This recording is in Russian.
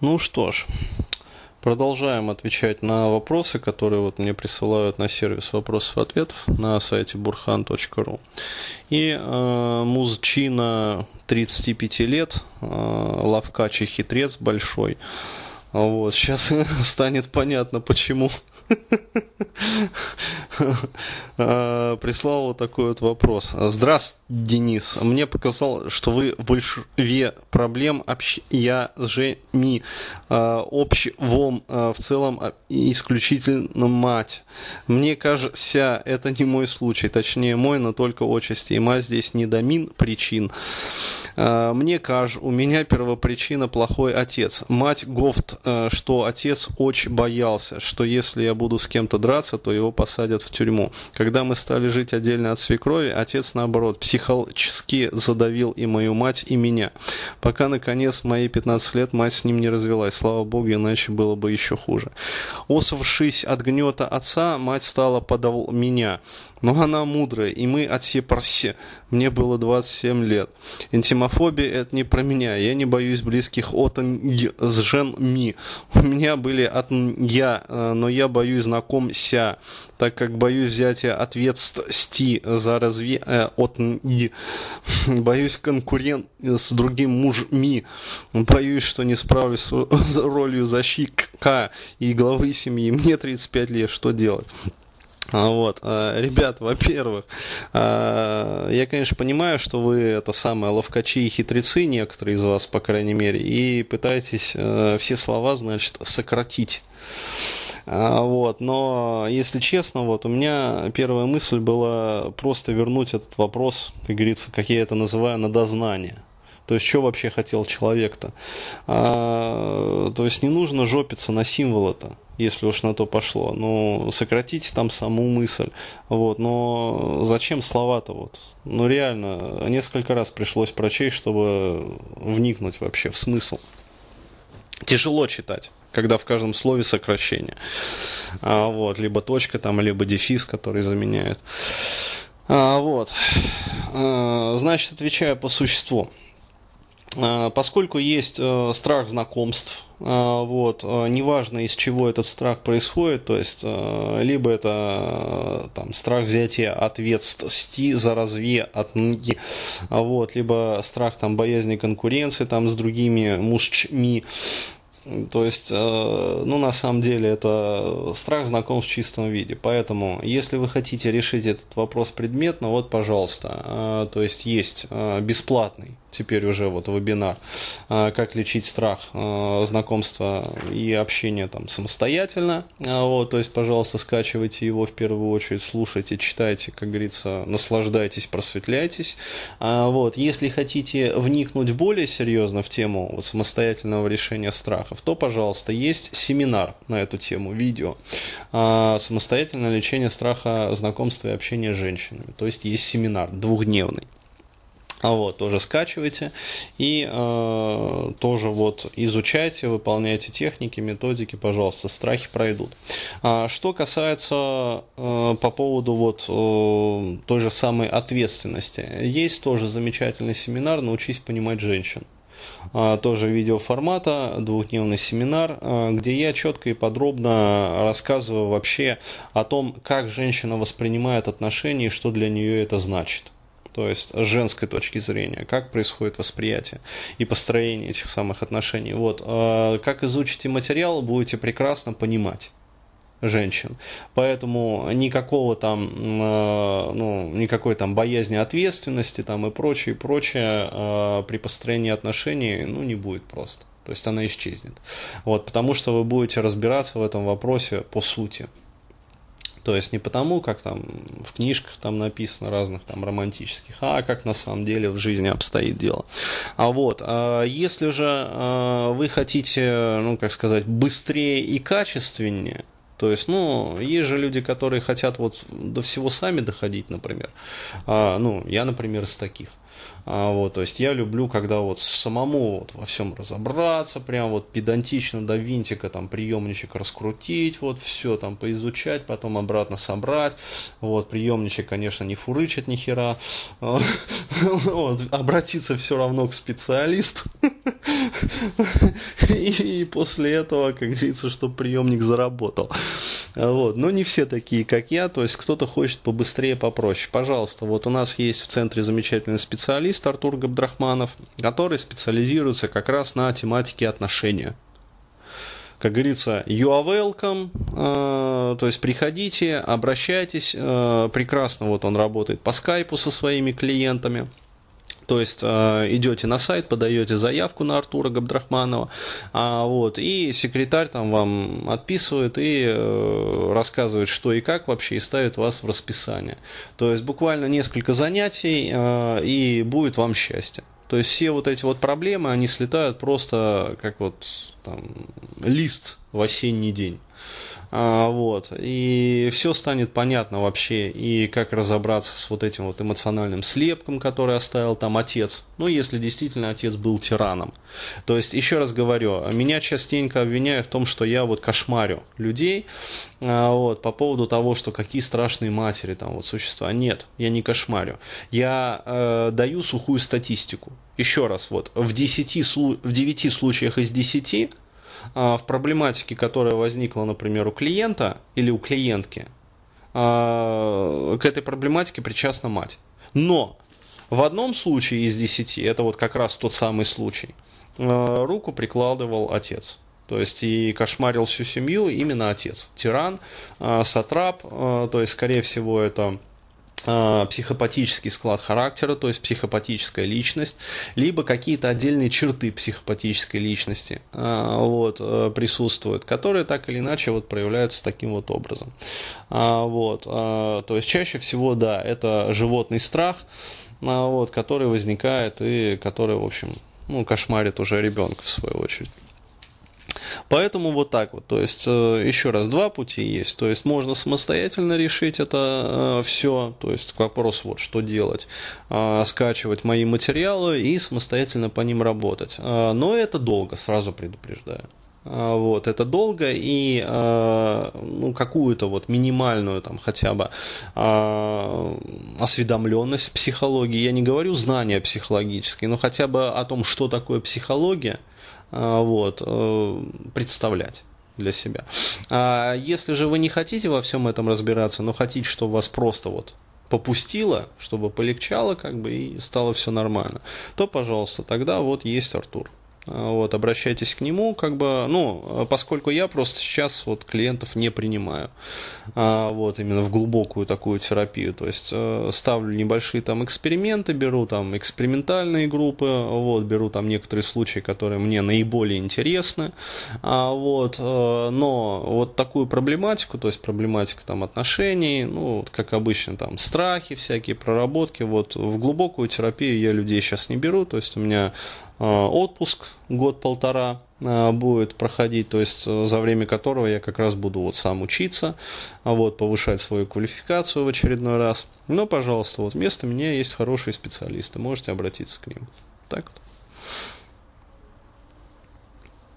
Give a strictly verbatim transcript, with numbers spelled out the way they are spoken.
Ну что ж, продолжаем отвечать на вопросы, которые вот мне присылают на сервис вопросов и ответов на сайте бурхан точка ру. И э, мужчина тридцати пяти лет, э, ловкач и хитрец большой. Вот, сейчас станет понятно, почему. Прислал вот такой вот вопрос. Здравствуйте, Денис. Мне показалось, что вы в большинстве проблем общения с женщинами общем в целом исключительно мать. Мне кажется, это не мой случай. Точнее, мой, но только отчасти. И мать здесь не домин причин. Мне кажется, у меня первопричина плохой отец. Мать говорит, что отец очень боялся, что если я буду с кем-то драться, то его посадят в тюрьму. Когда мы стали жить отдельно от свекрови, отец, наоборот, психологически задавил и мою мать, и меня. Пока, наконец, в мои пятнадцать лет мать с ним не развелась. Слава богу, иначе было бы еще хуже. Освободившись от гнета отца, мать стала подавать меня. Но она мудрая, и мы отсепроси. Мне было двадцать семь лет. Интимофобия – это не про меня. Я не боюсь близких от с женами. У меня были от я, но я боюсь знакомся, так как боюсь взятия ответственности за развитие от боюсь конкурент с другими мужьми. Боюсь, что не справлюсь с ролью защитника и главы семьи. Мне тридцать пять лет. Что делать? Вот, ребят, во-первых, я, конечно, понимаю, что вы это самое ловкачи и хитрецы, некоторые из вас, по крайней мере, и пытаетесь все слова, значит, сократить. Вот, но, если честно, вот у меня первая мысль была просто вернуть этот вопрос, как говорится, как я это называю, на дознание. То есть, что вообще хотел человек-то? А, то есть, не нужно жопиться на символы-то, если уж на то пошло. Ну, сократите там саму мысль. Вот, но зачем слова-то вот? Ну, реально, несколько раз пришлось прочесть, чтобы вникнуть вообще в смысл. Тяжело читать, когда в каждом слове сокращение. А, вот, либо точка там, либо дефис, который заменяет. А, вот. А, значит, отвечаю по существу. Поскольку есть страх знакомств, вот, неважно из чего этот страх происходит, то есть либо это там, страх взятия ответственности за развитие от вот, либо страх там, боязни конкуренции там, с другими мужчинами. То есть, ну, на самом деле, это страх знакомств в чистом виде. Поэтому, если вы хотите решить этот вопрос предметно, вот, пожалуйста, то есть, есть бесплатный, теперь уже вот вебинар, как лечить страх знакомства и общения там самостоятельно. Вот, то есть, пожалуйста, скачивайте его в первую очередь, слушайте, читайте, как говорится, наслаждайтесь, просветляйтесь. Вот, если хотите вникнуть более серьезно в тему вот, самостоятельного решения страха, то, пожалуйста, есть семинар на эту тему, видео, самостоятельное лечение страха знакомства и общения с женщинами. То есть есть семинар двухдневный. А вот, тоже скачивайте и э, тоже вот изучайте, выполняйте техники, методики, пожалуйста, страхи пройдут. А, что касается э, по поводу вот э, той же самой ответственности, есть тоже замечательный семинар «Научись понимать женщин». Тоже видеоформата, двухдневный семинар, где я четко и подробно рассказываю вообще о том, как женщина воспринимает отношения и что для нее это значит. То есть с женской точки зрения, как происходит восприятие и построение этих самых отношений. Вот, как изучите материал, будете прекрасно понимать женщин. Поэтому никакого там, ну, никакой там боязни ответственности там и прочее, и прочее при построении отношений, ну, не будет просто. То есть она исчезнет. Вот, потому что вы будете разбираться в этом вопросе по сути. То есть не потому, как там в книжках там написано разных там романтических, а как на самом деле в жизни обстоит дело. А вот, если же вы хотите, ну, как сказать, быстрее и качественнее, то есть, ну, есть же люди, которые хотят вот до всего сами доходить, например. А, ну, я, например, из таких. А, вот, то есть, я люблю, когда вот самому вот во всем разобраться, прям вот педантично до винтика, там, приемничек раскрутить, вот, все там поизучать, потом обратно собрать. Вот, приемничек, конечно, не фурычит ни хера. Вот, обратиться все равно к специалисту. И после этого, как говорится, чтобы приемник заработал. Вот. Но не все такие, как я, то есть кто-то хочет побыстрее, попроще. Пожалуйста, вот у нас есть в центре замечательный специалист Артур Габдрахманов, который специализируется как раз на тематике отношения. Как говорится, you are welcome, э, то есть приходите, обращайтесь, э, прекрасно, вот он работает по скайпу со своими клиентами. То есть э, идете на сайт, подаете заявку на Артура Габдрахманова, а, вот, и секретарь там вам отписывает и э, рассказывает, что и как вообще, и ставит вас в расписание. То есть буквально несколько занятий, э, и будет вам счастье. То есть все вот эти вот проблемы, они слетают просто как вот там, лист в осенний день. А, вот. И все станет понятно вообще, и как разобраться с вот этим вот эмоциональным слепком, который оставил там отец. Ну, если действительно отец был тираном. То есть, еще раз говорю, меня частенько обвиняют в том, что я вот кошмарю людей, а, вот, по поводу того, что какие страшные матери там вот существа. Нет, я не кошмарю. Я э, даю сухую статистику. Еще раз, вот, в, десяти, в девяти случаях из десяти в проблематике, которая возникла, например, у клиента или у клиентки, к этой проблематике причастна мать. Но в одном случае из десяти, это вот как раз тот самый случай, руку прикладывал отец. То есть и кошмарил всю семью именно отец. Тиран, сатрап, то есть, скорее всего, это психопатический склад характера, то есть психопатическая личность, либо какие-то отдельные черты психопатической личности вот, присутствуют, которые так или иначе вот, проявляются таким вот образом. Вот, то есть чаще всего, да, это животный страх, вот, который возникает и который, в общем, ну, кошмарит уже ребенка в свою очередь. Поэтому вот так вот, то есть еще раз, два пути есть, то есть можно самостоятельно решить это все, то есть вопрос вот, что делать, скачивать мои материалы и самостоятельно по ним работать, но это долго, сразу предупреждаю. Вот, это долго, и ну, какую-то вот минимальную там, хотя бы осведомленность в психологии, я не говорю знания психологические, но хотя бы о том, что такое психология, вот, представлять для себя. А если же вы не хотите во всем этом разбираться, но хотите, чтобы вас просто вот попустило, чтобы полегчало, как бы, и стало все нормально, то, пожалуйста, тогда вот есть Артур. Вот, обращайтесь к нему, как бы, ну, поскольку я просто сейчас вот клиентов не принимаю, вот, именно в глубокую такую терапию, то есть ставлю небольшие там эксперименты, беру там экспериментальные группы, вот, беру там некоторые случаи, которые мне наиболее интересны, вот, но вот такую проблематику, то есть проблематику там отношений, ну, как обычно там страхи всякие, проработки, вот, в глубокую терапию я людей сейчас не беру, то есть у меня отпуск год-полтора будет проходить, то есть за время которого я как раз буду вот сам учиться, вот, повышать свою квалификацию в очередной раз. Но, пожалуйста, вот вместо меня есть хорошие специалисты, можете обратиться к ним. Так вот.